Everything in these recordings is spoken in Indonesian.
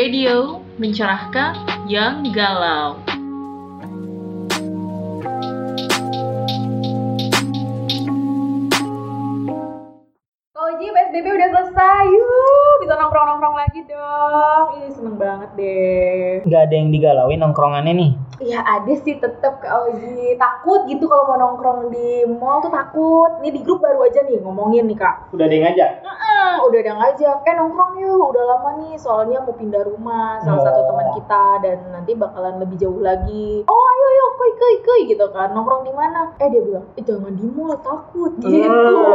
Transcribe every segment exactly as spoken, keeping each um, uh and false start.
Radio, mencerahkan yang galau. Koji, P S B B udah selesai. Yuh, bisa nongkrong-nongkrong lagi dong. Ih, seneng banget deh. Nggak ada yang digalauin nongkrongannya nih? Ya ada sih tetep Kak Oji. Takut gitu kalau mau nongkrong di mall tuh takut. Nih di grup baru aja nih ngomongin nih Kak. Udah ada yang ngajak? Heeh, udah ada yang ngajak. Eh nongkrong yuk, udah lama nih soalnya mau pindah rumah salah Oh. satu teman kita dan nanti bakalan lebih jauh lagi. Oh ayo yuk, kuy kuy kuy gitu kan. Nongkrong di mana? Eh dia bilang, "Eh jangan di mall, takut." Gitu.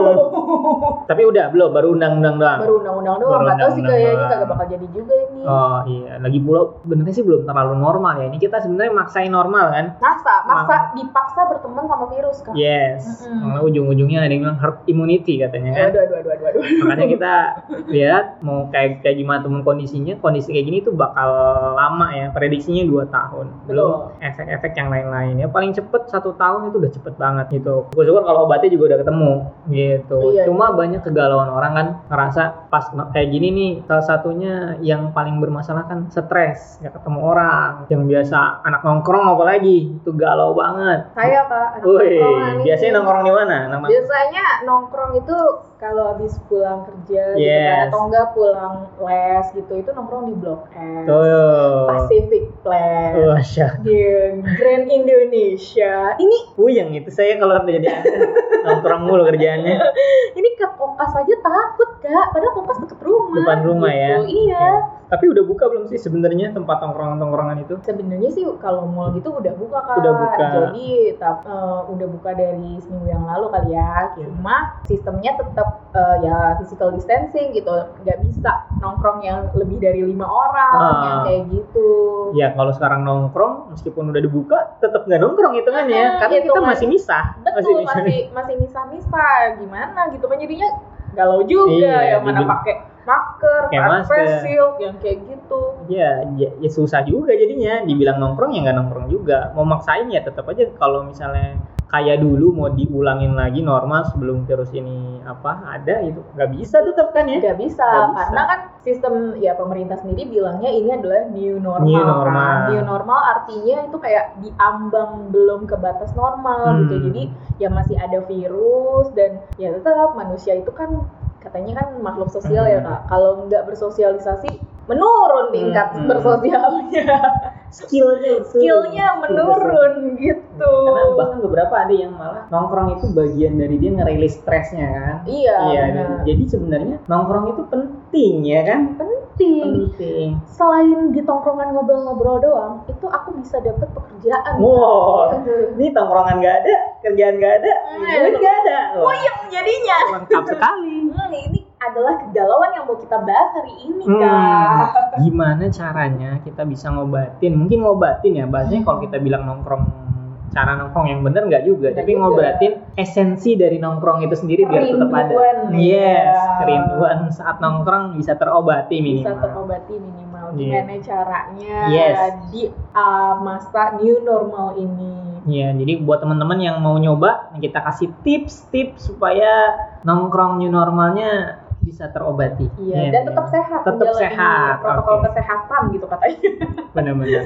Oh. Tapi udah belum, baru undang-undang doang. Baru undang-undang doang, Baru nggak tahu sih undang-undang kayaknya doang. kagak bakal jadi juga ini. Oh iya, lagi pula benernya sih belum terlalu normal ya. Ini kita sebenarnya maksain normal kan? Maksa, maksa dipaksa berteman sama virus kan? Yes. Mm-mm. Malah ujung-ujungnya ada yang bilang herd immunity katanya kan. Aduh, aduh, aduh, aduh, aduh. Makanya kita lihat mau kayak kayak gimana temen kondisinya, kondisi kayak gini tuh bakal lama ya, prediksinya dua tahun. Belum Betul. efek-efek yang lain-lain ya. Paling cepet satu tahun itu udah cepet banget gitu. Syukur-syukur kalau obatnya juga udah ketemu gitu. Iya, Cuma iya. banyak kegalauan orang kan ngerasa pas kayak gini nih, salah satunya yang paling bermasalah kan stres, gak ketemu orang. Yang biasa anak nongkrong apalagi itu galau banget. Saya Kak, anak Wih, nongkrongan ini. biasanya nongkrong di mana? Nama- Biasanya nongkrong itu kalau habis pulang kerja gitu Yes. kan, atau enggak pulang les gitu, itu nongkrong di Blok S, Tuh. Pacific Place, Wah, syak. di Grand Indonesia. Ini Puyeng itu saya kalau jadi anda nongkrong mulu kerjaannya. ini ke Kokas aja takut Kak, padahal Kokas deket rumah. Depan rumah gitu. ya. Iya. Tapi udah buka belum sih sebenarnya tempat tongkrongan-tongkrongan itu? Sebenarnya sih kalau mall gitu udah buka Kak. Udah buka. Jadi tap, eh, udah buka dari seminggu yang lalu kali ya. Cuma sistemnya tetap eh, ya physical distancing gitu. Nggak bisa nongkrong yang lebih dari lima orang Ah. yang kayak gitu. Ya kalau sekarang nongkrong meskipun udah dibuka tetap nggak nongkrong hitungannya, Ah, karena kita hitungan. masih misah. Betul, masih masih misah-misah gimana gitu kan, jadinya galau juga. Iya, Yang mana jadi- pakai masker, Pakai pakai masker. face shield yang kayak gitu. Ya, ya, ya susah juga jadinya. Dibilang nongkrong ya nggak nongkrong juga. Mau maksain ya tetap aja kalau misalnya kayak dulu mau diulangin lagi normal sebelum virus ini apa ada itu nggak bisa tetap kan ya? Nggak bisa, Nggak bisa. karena kan sistem ya pemerintah sendiri bilangnya ini adalah new normal. New normal. Kan? New normal artinya itu kayak diambang belum ke batas normal Hmm. gitu. Jadi ya masih ada virus dan ya tetap manusia itu kan katanya kan makhluk sosial ya Hmm. Kak. Kalau nggak bersosialisasi menurun tingkat Hmm. bersosialnya. Skillnya itu. Skillnya menurun gitu. Karena bahkan beberapa ada yang malah nongkrong itu bagian dari dia ngerilis stresnya kan. Iya, Iya, benar. jadi sebenarnya nongkrong itu penting ya kan? Penting. Penting. Selain di tongkrongan ngobrol-ngobrol doang, itu aku bisa dapet pekerjaan. Wow, Aduh. ini tongkrongan nggak ada, kerjaan nggak ada, Hmm. duit nggak ada. Wah, Puyeng jadinya. lengkap sekali. Hmm, ini adalah kegalauan yang mau kita bahas hari ini, Hmm, Kak. gimana caranya kita bisa ngobatin? Mungkin ngobatin ya, bahasanya kalau kita bilang nongkrong, cara nongkrong yang bener nggak juga, Nggak tapi juga. ngobatin esensi dari nongkrong itu sendiri biar tetap ada. Kerinduan, Yes, ya. kerinduan saat nongkrong bisa terobati minimal. Bisa terobati minimal. Iya. Gimana caranya Yes. di uh, masa new normal ini? Iya, jadi buat teman-teman yang mau nyoba, kita kasih tips-tips supaya nongkrong new normalnya bisa terobati. Iya, dan tetap sehat. Tetap menjalani sehat, Protokol oke. kesehatan gitu katanya. Benar-benar.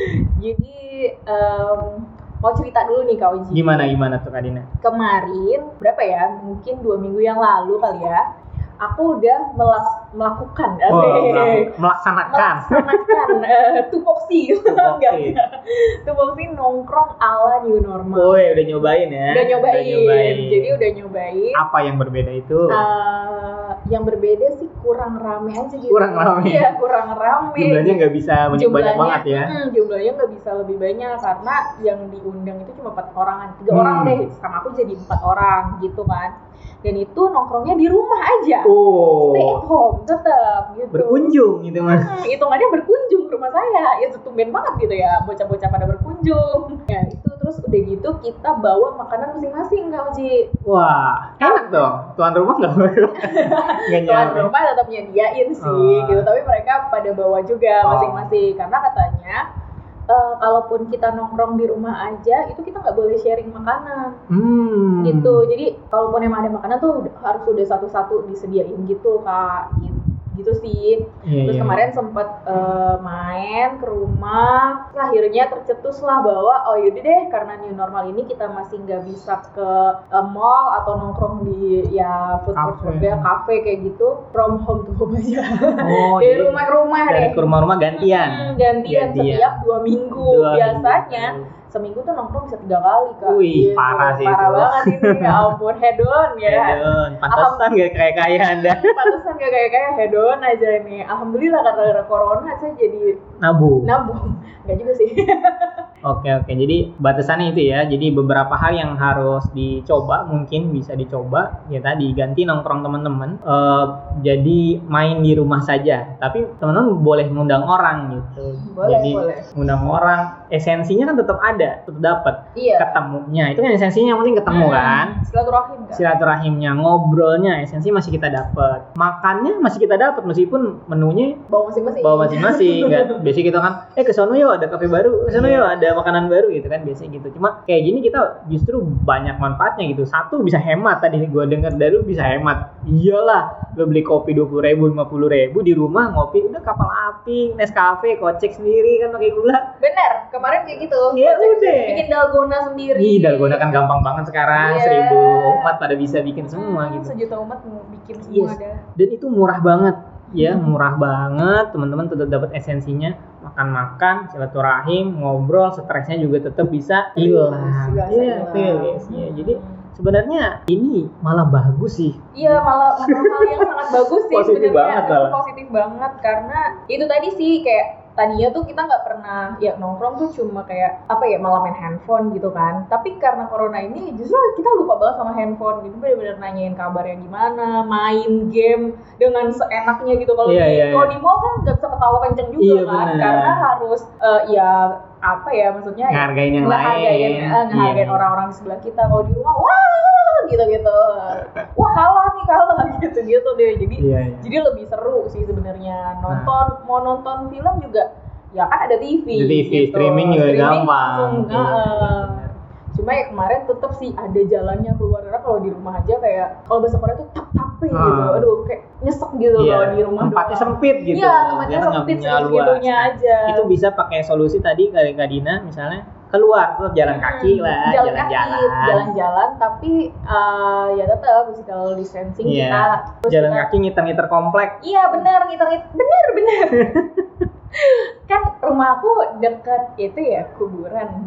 Jadi em, mau cerita dulu nih Kak Oji. Gimana gimana tuh Kak Dina? Kemarin berapa ya, mungkin dua minggu yang lalu kali ya, aku udah melas- melakukan Oh, asik. melaku- melaksanakan. melaksanakan uh, tupoksi Tupoksi. Enggak, enggak. Tupoksi nongkrong ala new normal. Woi, udah nyobain ya? Udah nyobain. nyobain. Jadi udah nyobain. Apa yang berbeda itu? Uh, yang berbeda sih kurang rame aja gitu. Kurang rame. Iya, kurang rame. Jumlahnya nggak bisa banyak banyak banget ya? hmm, jumlahnya nggak bisa lebih banyak karena yang diundang itu cuma empat orangan, tiga Hmm. orang deh, sama aku jadi empat orang gitu kan. Dan itu nongkrongnya di rumah aja, stay at Oh, home tetap gitu. berkunjung gitu mas? Hmm, hitungannya berkunjung ke rumah saya, ya tumben banget gitu ya, bocah-bocah pada berkunjung. Ya itu terus udah gitu kita bawa makanan masing-masing Kak Oji. Wah, enak dong. Tuan rumah nggak bawa? Nggak Tuan nyampe. rumah tetap nyediain sih Oh. gitu, tapi mereka pada bawa juga Oh. masing-masing karena katanya eh, kalaupun kita nongkrong di rumah aja itu kita nggak boleh sharing makanan Hmm. gitu. Jadi kalaupun emang ada makanan tuh udah- harus udah satu-satu disediain gitu Kak gitu. gitu sih. Iya, Terus iya. kemarin sempat uh, main ke rumah, terus akhirnya tercetus lah bahwa oh yaudah deh karena new normal ini kita masih nggak bisa ke uh, mall atau nongkrong di ya food court Cafe. ya kafe kayak gitu, from home to home aja. Oh, Dari jadi rumah ke rumah dari deh. ke rumah-rumah gantian. Hmm, gantian, Gantian. setiap dua minggu. Dua Biasanya minggu. seminggu tuh nongkrong bisa tiga kali kak. Wih, parah sih parah itu. banget ini, ya ampun, hedon ya. Hedon, pantesan gak kayak kaya Anda. Pantesan gak kayak kayak hedon aja ini. Alhamdulillah karena corona saya jadi Nabung. nabung. Enggak juga sih. Oke oke, jadi batasannya itu ya. Jadi beberapa hal yang harus dicoba, mungkin bisa dicoba. Ya tadi ganti nongkrong teman-teman. Eh, jadi main di rumah saja. Tapi teman-teman boleh ngundang orang gitu. Boleh, jadi boleh. ngundang orang, esensinya kan tetap ada, tetap dapat. Iya. Ketemunya itu kan esensinya yang penting ketemu Hmm, kan. Silaturahim kan. Silaturahimnya, ngobrolnya, esensi masih kita dapat. Makannya masih kita dapat meskipun menunya Bawa masing-masing. bawa masing-masing. Nggak, biasanya kita kan eh ke sono yuk ada kafe baru, ke sono yuk ada makanan baru gitu kan, biasanya gitu. Cuma kayak gini kita justru banyak manfaatnya gitu. Satu bisa hemat, tadi gue dengar dari lu bisa hemat. Iyalah, lo beli kopi dua puluh ribu, lima puluh ribu di rumah ngopi udah kapal api, Nescafe, kocek sendiri kan pakai gula. Bener, kemarin kayak gitu. Iya, Kocek udah. bikin dalgona sendiri. Ih, dalgona kan gampang banget sekarang, Iya. seribu umat pada bisa bikin semua Hmm, gitu. Sejuta umat mau bikin semua Yes. ada. Dan itu murah banget. Ya, murah banget, teman-teman tetap dapat esensinya, makan-makan, silaturahim, ngobrol, stresnya juga tetap bisa hilang. Juga Iya, hilang. rilis. Iya, jadi sebenarnya ini malah bagus sih. Iya, malah malah hal yang sangat bagus sih Positif sebenarnya. banget malah. Positif banget karena itu tadi sih kayak tadinya tuh kita nggak pernah ya nongkrong tuh cuma kayak apa ya malah main handphone gitu kan. Tapi karena corona ini justru kita lupa banget sama handphone. Jadi benar-benar nanyain kabarnya gimana, main game dengan seenaknya gitu. Kalau Iya, di iya, kalau iya. di mall kan nggak bisa ketawa kenceng juga Iya, kan, benar. karena harus eh, ya apa ya maksudnya ya, Ngehargain yang ngehargain, lain. eh, ngehargain Iya. orang-orang di sebelah kita. Kalau di rumah wah gitu-gitu, wah kalah nih kalah gitu-gitu deh. Jadi Iya, iya. jadi lebih seru sih sebenarnya nonton. Mau nonton film juga ya kan ada T V. Ada T V, gitu. streaming juga gampang. langsung, Iya, eh. benar. Cuma ya kemarin tetap sih ada jalannya keluar, karena kalau di rumah aja kayak kalau bahasa Korea tuh tap tape Ah. gitu. Aduh kayak nyesek gitu Iya, kalau di rumah. tempatnya doang. sempit gitu. Iya, tempatnya Dia nggak sempit punya luas. segitunya Nah, aja. Itu bisa pakai solusi tadi dari Kak Dina misalnya keluar tuh jalan kaki Hmm, lah, jalan kaki, jalan-jalan. jalan-jalan tapi eh, ya tetap physical distancing Iya. kita. Terus Jalan kita- kaki ngiter-ngiter komplek. Iya benar, ngiter-ngiter, benar benar. Kan rumah aku dekat itu ya kuburan.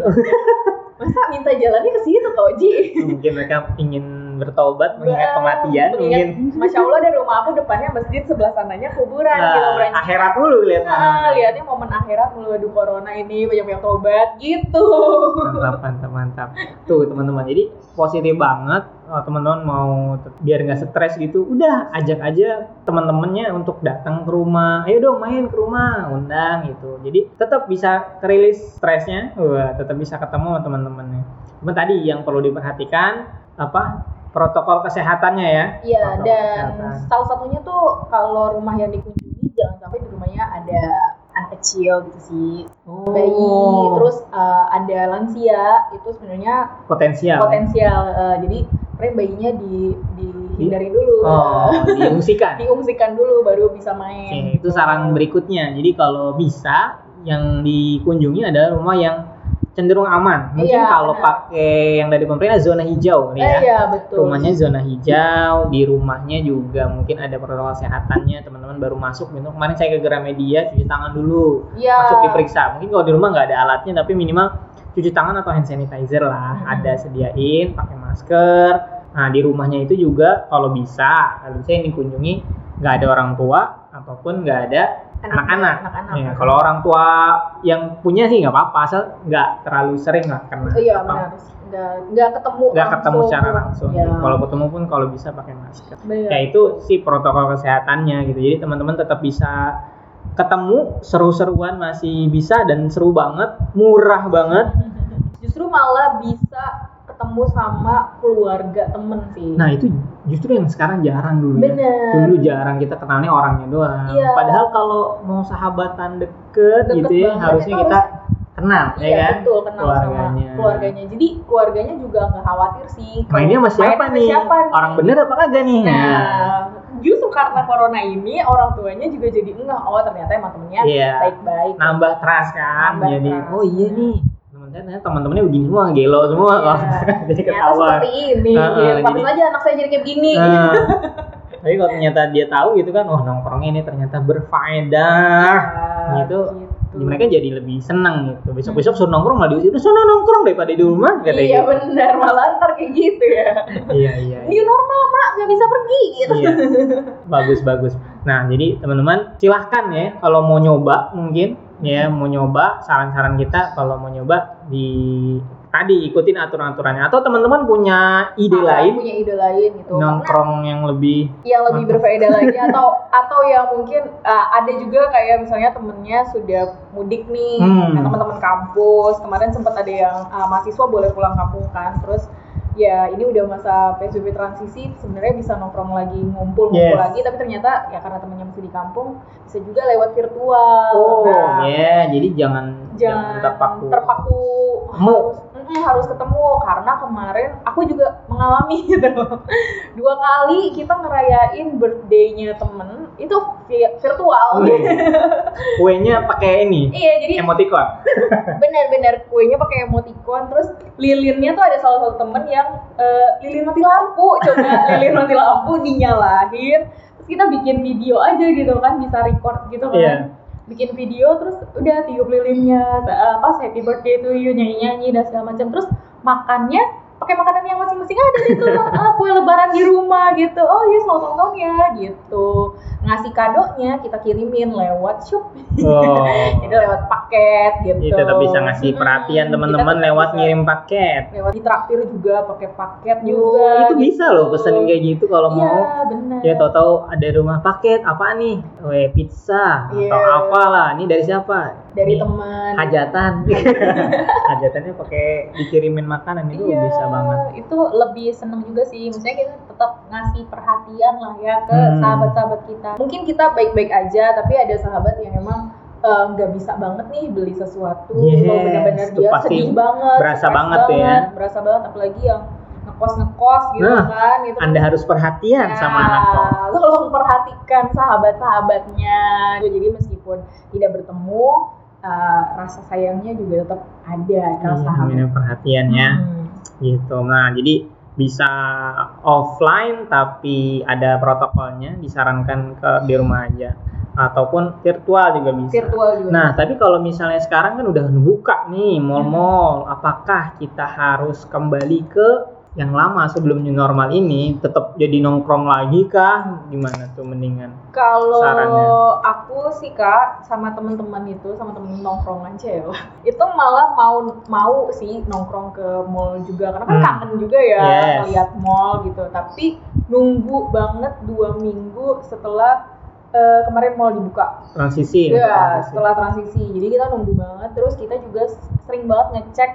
Masa minta jalannya ke situ Kak Oji? Mungkin mereka ingin bertobat, mengingat kematian, Mengingat- mungkin. Masya Allah dari rumah aku depannya masjid, sebelah sananya kuburan. Nah, gitu, beranjak. akhirat dulu lihat. Nah, lihatnya momen akhirat mulu, aduh corona ini banyak-banyak tobat gitu. Mantap, mantap, mantap. Tuh teman-teman, jadi positif banget. Oh, teman-teman mau tet- biar nggak stres gitu, udah ajak aja teman-temannya untuk datang ke rumah. Ayo dong main ke rumah, undang gitu. Jadi tetap bisa kerilis stresnya, wah, tetap bisa ketemu sama teman-temannya. Cuma tadi yang perlu diperhatikan apa protokol kesehatannya ya. Iya, Protokol dan kesehatan. salah satunya tuh kalau rumah yang dikunjungi jangan sampai di rumahnya ada anak kecil gitu sih. Oh. Bayi, terus uh, ada lansia, itu sebenarnya potensial. potensial. Uh, jadi kemarin bayinya di dihindari dulu. Oh, uh, diungsikan. diungsikan dulu baru bisa main. Oke, itu gitu. saran berikutnya. Jadi kalau bisa yang dikunjungi adalah rumah yang cenderung aman. Mungkin Iya, kalau benar. pakai yang dari pemerintah zona hijau nih ya. Eh, iya betul. Rumahnya zona hijau, di rumahnya juga mungkin ada protokol kesehatannya, teman-teman baru masuk gitu. Kemarin saya ke Gramedia cuci tangan dulu, Iya. masuk diperiksa. Mungkin kalau di rumah nggak ada alatnya, tapi minimal cuci tangan atau hand sanitizer lah, Hmm. ada sediain, pakai masker. Nah di rumahnya itu juga kalau bisa, kalau bisa yang dikunjungi nggak ada orang tua ataupun nggak ada Anak- anak-anak. anak-anak. Ya, kalau orang tua yang punya sih nggak apa-apa, asal nggak terlalu sering lah karena Oh, iya apa, benar. Nggak nggak ketemu nggak ketemu secara langsung. Iya. Kalau ketemu pun kalau bisa pakai masker. Benar. Ya itu sih protokol kesehatannya gitu. Jadi teman-teman tetap bisa ketemu, seru-seruan masih bisa dan seru banget, murah banget. Justru malah bisa ketemu sama keluarga temen sih. Nah itu justru yang sekarang jarang dulu ya. Bener. Dulu jarang kita kenalnya orangnya doang. Iya. Padahal kalau mau sahabatan deket, Deket gitu ya, banget, harusnya itu kita harus- kenal, Iya ya kan? betul, kenal Keluarganya. sama keluarganya. Jadi keluarganya juga nggak khawatir sih. kalau Mainnya sama siapa main sama nih? siapa nih? Orang bener apa kagak nih? Nah, justru karena corona ini orang tuanya juga jadi enggak, oh ternyata emang temennya Iya. baik-baik. Nambah trust kan. Nambah Jadi trust. oh iya nih. Teman saya ternyata teman-temannya begini semua, gelo semua. Iya. Jadi Ternyata ketawa. seperti ini. Heeh, Gitu. Pantes jadi- aja anak saya jadi kayak begini. Nah, tapi kalau ternyata dia tahu gitu kan, oh nongkrongnya ini ternyata berfaedah. Ya, Gitu. gitu. Jadi mereka jadi lebih senang gitu. Besok-besok suruh nongkrong malah diusir, udah sono nongkrong daripada di rumah kata Iya gitu. benar, malah ntar kayak gitu ya. Iya iya. New normal mak, nggak bisa pergi gitu. Iya. Bagus bagus. Nah, jadi teman-teman silahkan ya kalau mau nyoba mungkin ya mau nyoba saran-saran kita kalau mau nyoba di tadi ikutin aturan-aturannya atau teman-teman punya ide Atau lain punya ide lain gitu. nongkrong yang lebih Yang lebih berfaedah lagi atau atau yang mungkin uh, ada juga kayak misalnya temennya sudah mudik nih, Hmm. nah, teman-teman kampus kemarin sempat ada yang uh, mahasiswa boleh pulang kampung kan, terus ya ini udah masa P S B B transisi sebenarnya bisa nongkrong lagi ngumpul-ngumpul Yes. lagi, tapi ternyata ya karena temennya masih di kampung bisa juga lewat virtual. oh Nah, ya jadi jangan jangan terpaku terpaku Ketemu. harus mm, harus ketemu karena kemarin aku juga mengalami gitu dua kali kita ngerayain birthday-nya temen itu vi- virtual. Wih. kuenya pakai ini Iya, jadi emoticon benar-benar kuenya pakai emoticon, terus lilinnya tuh ada salah satu temen yang eh, lilin mati lampu, coba lilin mati lampu dinyalahin, terus kita bikin video aja gitu kan, bisa record gitu kan. Iya. Bikin video terus udah tiup lilinnya, eh, pas happy birthday to you, nyanyi-nyanyi dan segala macam, terus makannya pakai makanan yang masing-masing ada gitu. Ah, kue lebaran di rumah gitu. Oh iya, selamat ulang tahun ya gitu. Ngasih kadonya kita kirimin lewat Shopee. oh. Jadi lewat paket gitu. Jadi tetap bisa ngasih Mm-mm, perhatian kita teman-teman tetap lewat bisa. ngirim paket. Lewat ditraktir juga pakai paket Oh, juga. itu bisa loh pesenin kayak gitu kalau Iya, mau. benar. Ya tahu-tahu ada rumah paket apa nih? Weh, pizza Iya. atau apalah. Ini dari siapa? Dari Nih, teman. hajatan. Hajatannya pakai dikirimin makanan itu Iya, bisa banget. itu lebih seneng juga sih. Maksudnya kita tetap ngasih perhatian lah ya ke Hmm. sahabat-sahabat kita. Mungkin kita baik-baik aja, tapi ada sahabat yang emang eh, nggak bisa banget nih beli sesuatu. Yes, Kalau benar-benar itu dia pasti sedih banget, berasa stres banget ya. berasa banget. Apalagi yang ngekos-ngekos gitu Nah, kan. Gitu. Anda harus perhatian Ya, sama anak kos. tolong perhatikan sahabat-sahabatnya. Jadi meskipun tidak bertemu, eh, rasa sayangnya juga tetap ada ke Iya, sahabat. namanya perhatiannya Hmm. gitu. Nah, jadi bisa offline tapi ada protokolnya, disarankan ke di rumah aja ataupun virtual juga bisa. Virtual juga. Nah, tapi kalau misalnya sekarang kan udah buka nih mall-mall, apakah kita harus kembali ke yang lama sebelum new normal ini, tetap jadi nongkrong lagi kah? Gimana tuh mendingan? Kalau sarannya? aku sih Kak sama teman-teman itu, sama temen nongkrong aja ya, itu malah mau mau sih nongkrong ke mall juga karena kan Hmm. kangen juga ya Yes. ngeliat mall gitu. Tapi nunggu banget dua minggu setelah eh, kemarin mall dibuka. Transisi. Ya, transisi. setelah transisi. Jadi kita nunggu banget. Terus kita juga sering banget ngecek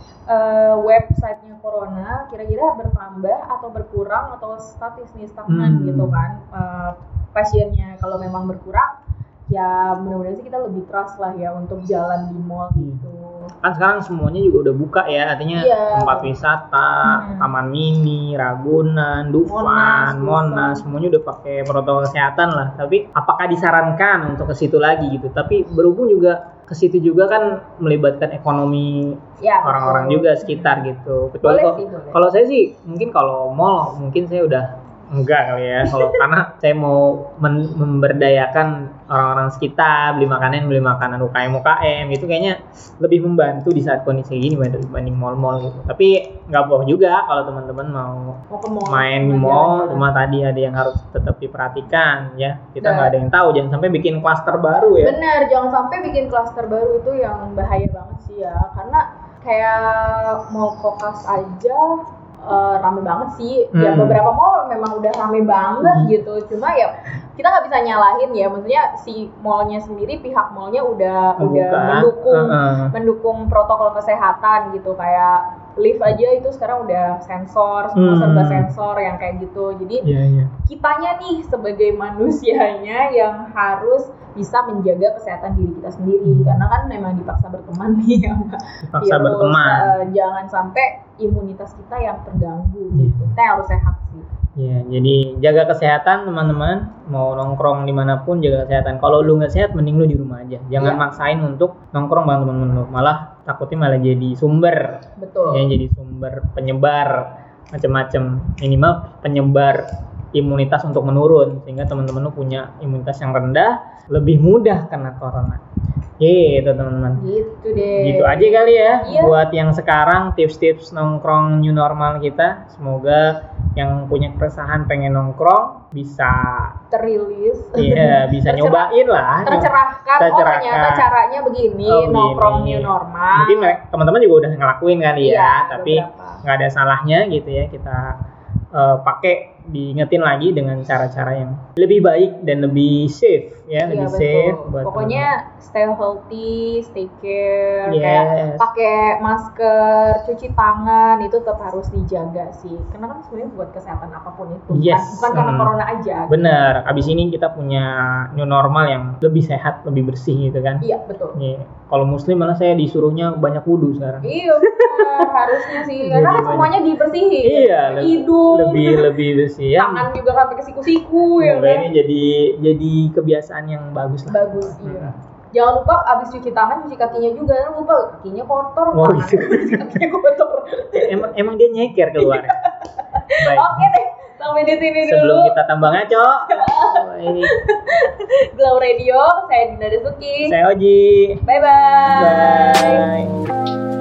eh, websitenya Corona, kira-kira bertambah atau berkurang atau statis nih, stagnan Hmm. gitu kan eh, pasiennya. Kalau memang berkurang, ya mudah-mudahan sih kita lebih trust lah ya untuk jalan di mall gitu. Kan sekarang semuanya juga udah buka ya, artinya Iya. tempat wisata, Hmm. Taman Mini, Ragunan, Dufan, Monas, Monas, Dufan. semuanya udah pakai protokol kesehatan lah. Tapi apakah disarankan untuk ke situ lagi gitu? Tapi berhubung juga ke situ juga kan melibatkan ekonomi Ya, orang-orang betul. juga sekitar gitu. Kecuali Boleh kalau sih, boleh. kalau saya sih mungkin kalau mall mungkin saya udah enggak kali ya. Kalau karena saya mau men- memberdayakan orang-orang sekitar, beli makanan, beli makanan U K M U K M itu kayaknya lebih membantu di saat kondisi gini dibanding mall-mall gitu. Tapi nggak apa-apa juga kalau teman-teman mau Mau ke mall, main di jalan-jalan. mall, cuma tadi ada yang harus tetap diperhatikan ya. Kita Nah. nggak ada yang tahu, jangan sampai bikin klaster baru ya. Bener, jangan sampai bikin klaster baru itu yang bahaya banget sih ya. Karena kayak mall Kokas aja eh, rame banget sih. Ya Hmm. beberapa mall memang udah rame banget Hmm. gitu. Cuma ya kita nggak bisa nyalahin ya. Maksudnya si mallnya sendiri, pihak mallnya udah udah Membuka. mendukung Uh-uh. mendukung protokol kesehatan gitu. Kayak lift aja itu sekarang udah sensor, semua Hmm. serba sensor yang kayak gitu. Jadi Iya, iya. kitanya nih sebagai manusianya yang harus bisa menjaga kesehatan diri kita sendiri, karena kan memang dipaksa berteman nih sama Dipaksa berteman. eh, jangan sampai imunitas kita yang terganggu gitu. Iya. Kita harus sehat sih. Ya, jadi jaga kesehatan teman-teman. Mau nongkrong dimanapun jaga kesehatan. Kalau lu nggak sehat, mending lu di rumah aja. Jangan Iya. maksain untuk nongkrong bareng teman-teman lu. Malah takutnya malah jadi sumber. Betul. Ya, jadi sumber penyebar macam-macam. Minimal penyebar imunitas untuk menurun sehingga teman-teman lu punya imunitas yang rendah, lebih mudah kena corona. Gitu teman-teman. Gitu deh. Gitu aja kali ya. Iya. Buat yang sekarang tips-tips nongkrong new normal kita. Semoga yang punya keresahan pengen nongkrong bisa Terilis. iya bisa Tercerah- nyobain lah. Tercerahkan. Tercerahkan. Oh ternyata caranya begini, Oh, begini. nongkrong new normal. Mungkin mereka- teman-teman juga udah ngelakuin kali ya, Iya, tapi beberapa. nggak ada salahnya gitu ya kita eh, pakai, diingetin lagi dengan cara-cara yang lebih baik dan lebih safe ya, Iya, lebih betul. safe buat Pokoknya stay healthy, stay care, Yes. kayak pakai masker, cuci tangan itu tetap harus dijaga sih. Karena kan sebenarnya buat kesehatan apapun itu, bukan- Yes. bukan karena Hmm. corona aja. bener. Abis ini kita punya new normal yang lebih sehat, lebih bersih gitu kan. Iya betul. Iya. Kalau muslim malah saya disuruhnya banyak wudhu sekarang. Iya benar, harusnya sih. Karena kan Jadi semuanya dibersihin. Iya, le- Hidung, lebih lebih bersih ya. tangan juga sampai ke siku-siku ya Semoga kan. ini jadi jadi kebiasaan yang bagus lah. Bagus, iya. Jangan lupa abis cuci tangan cuci kakinya juga. Jangan lupa kakinya kotor, Oh, tangan gitu. kakinya kotor. emang emang dia nyeker keluar. Baik. Oke deh, sampai di sini dulu. Sebelum kita tambah ngaco, oh, ini Glow Radio, saya Dinda Desuki. saya Oji. Bye bye. Bye.